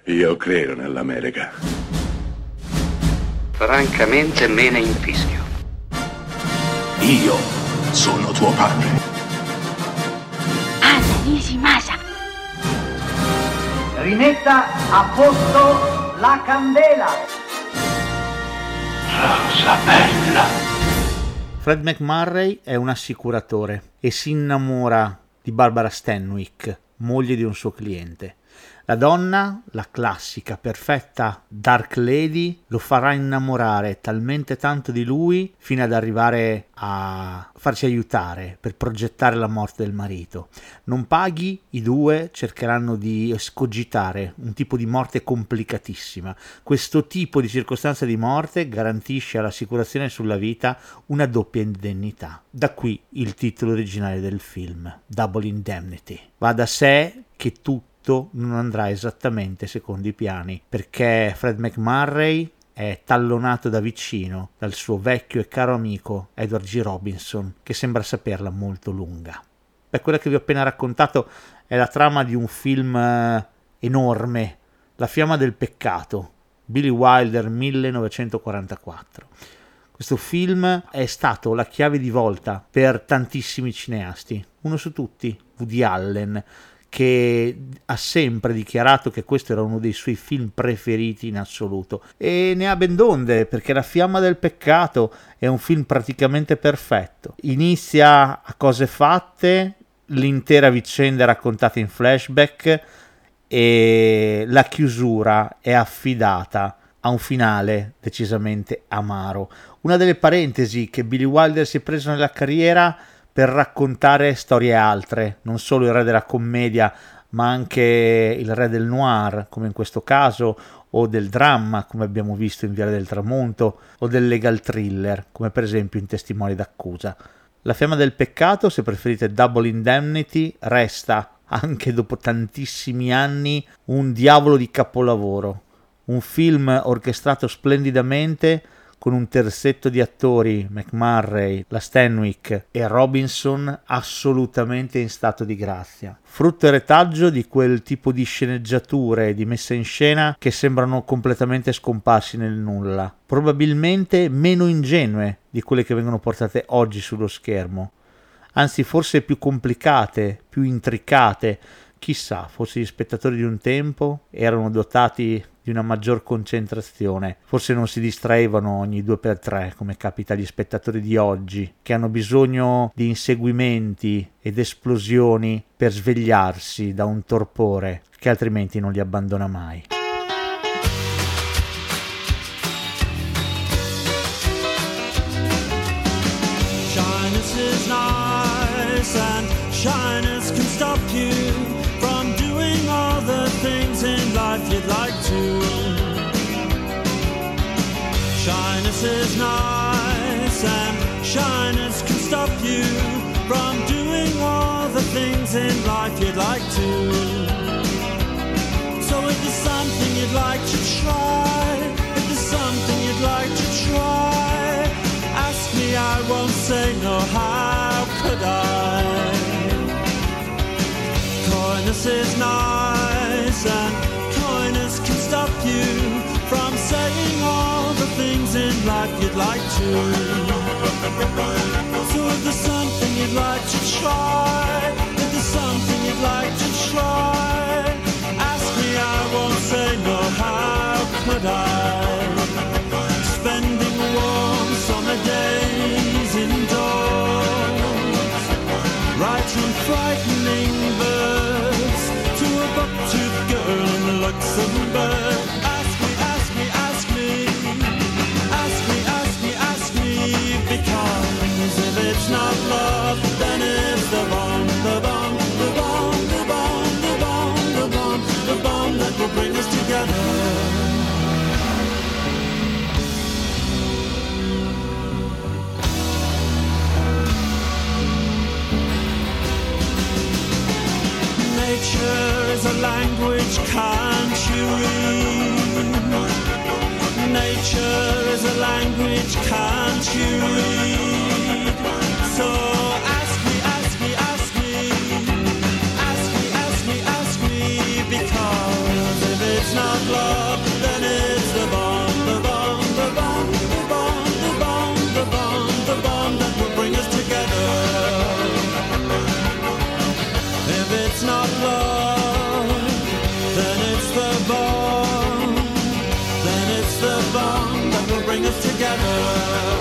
Io credo nell'America. Francamente me ne infischio. Io sono tuo padre. Anna Nishimasa. Rimetta a posto la candela. Rosa bella. Fred MacMurray è un assicuratore e si innamora di Barbara Stanwyck, moglie di un suo cliente. La donna, la classica, perfetta Dark Lady, lo farà innamorare talmente tanto di lui fino ad arrivare a farsi aiutare per progettare la morte del marito. Non paghi, i due cercheranno di escogitare un tipo di morte complicatissima. Questo tipo di circostanza di morte garantisce all'assicurazione sulla vita una doppia indennità. Da qui il titolo originale del film, Double Indemnity. Va da sé che tutto non andrà esattamente secondo i piani, perché Fred MacMurray è tallonato da vicino dal suo vecchio e caro amico Edward G. Robinson, che sembra saperla molto lunga. Beh, quella che vi ho appena raccontato è la trama di un film enorme, La fiamma del peccato, Billy Wilder, 1944. Questo film è stato la chiave di volta per tantissimi cineasti, uno su tutti, Woody Allen, che ha sempre dichiarato che questo era uno dei suoi film preferiti in assoluto, e ne ha ben donde, perché La fiamma del peccato è un film praticamente perfetto. Inizia a cose fatte, l'intera vicenda è raccontata in flashback e la chiusura è affidata a un finale decisamente amaro. Una delle parentesi che Billy Wilder si è preso nella carriera per raccontare storie altre, non solo il re della commedia, ma anche il re del noir, come in questo caso, o del dramma, come abbiamo visto in Viale del Tramonto, o del legal thriller, come per esempio in Testimoni d'accusa. La fiamma del peccato, se preferite Double Indemnity, resta, anche dopo tantissimi anni, un diavolo di capolavoro. Un film orchestrato splendidamente, con un terzetto di attori, MacMurray, la Stanwyck e Robinson, assolutamente in stato di grazia. Frutto e retaggio di quel tipo di sceneggiature e di messa in scena che sembrano completamente scomparsi nel nulla, probabilmente meno ingenue di quelle che vengono portate oggi sullo schermo, anzi forse più complicate, più intricate. Chissà, forse gli spettatori di un tempo erano dotati di una maggior concentrazione, forse non si distraevano ogni 2x3 come capita agli spettatori di oggi, che hanno bisogno di inseguimenti ed esplosioni per svegliarsi da un torpore che altrimenti non li abbandona mai. Shyness is nice and shyness can stop you from doing all the things in life you'd like to. Shyness is nice and shyness can stop you from doing all the things in life you'd like to. So if there's something you'd like to try, if there's something you'd like to try, ask me, I won't say no, how could I? Coyness is nice and coyness can stop you from saying all the things in life you'd like to. So if there's something you'd like to try, if there's something you'd like to try, ask me, I won't say no, how could I? Spending warm summer days indoors, writing frightening verse to a buck-toothed girl in Luxembourg. Ask me, ask me, ask me, ask me, ask me, ask me, because if it's not love, then it's the bomb, the bomb, the bomb, the bomb, the bomb, the bomb, the bomb that will bring us together. Nature is a language, can't you read? Nature is a language, can't you read? So ask me, ask me, ask me, ask me, ask me, ask me, because if it's not love, then it's the bond, the bond, the bond, the bond, the bond, the bond, the bond that will bring us together. If it's not love, then it's the bond, then it's the bond that will bring us together.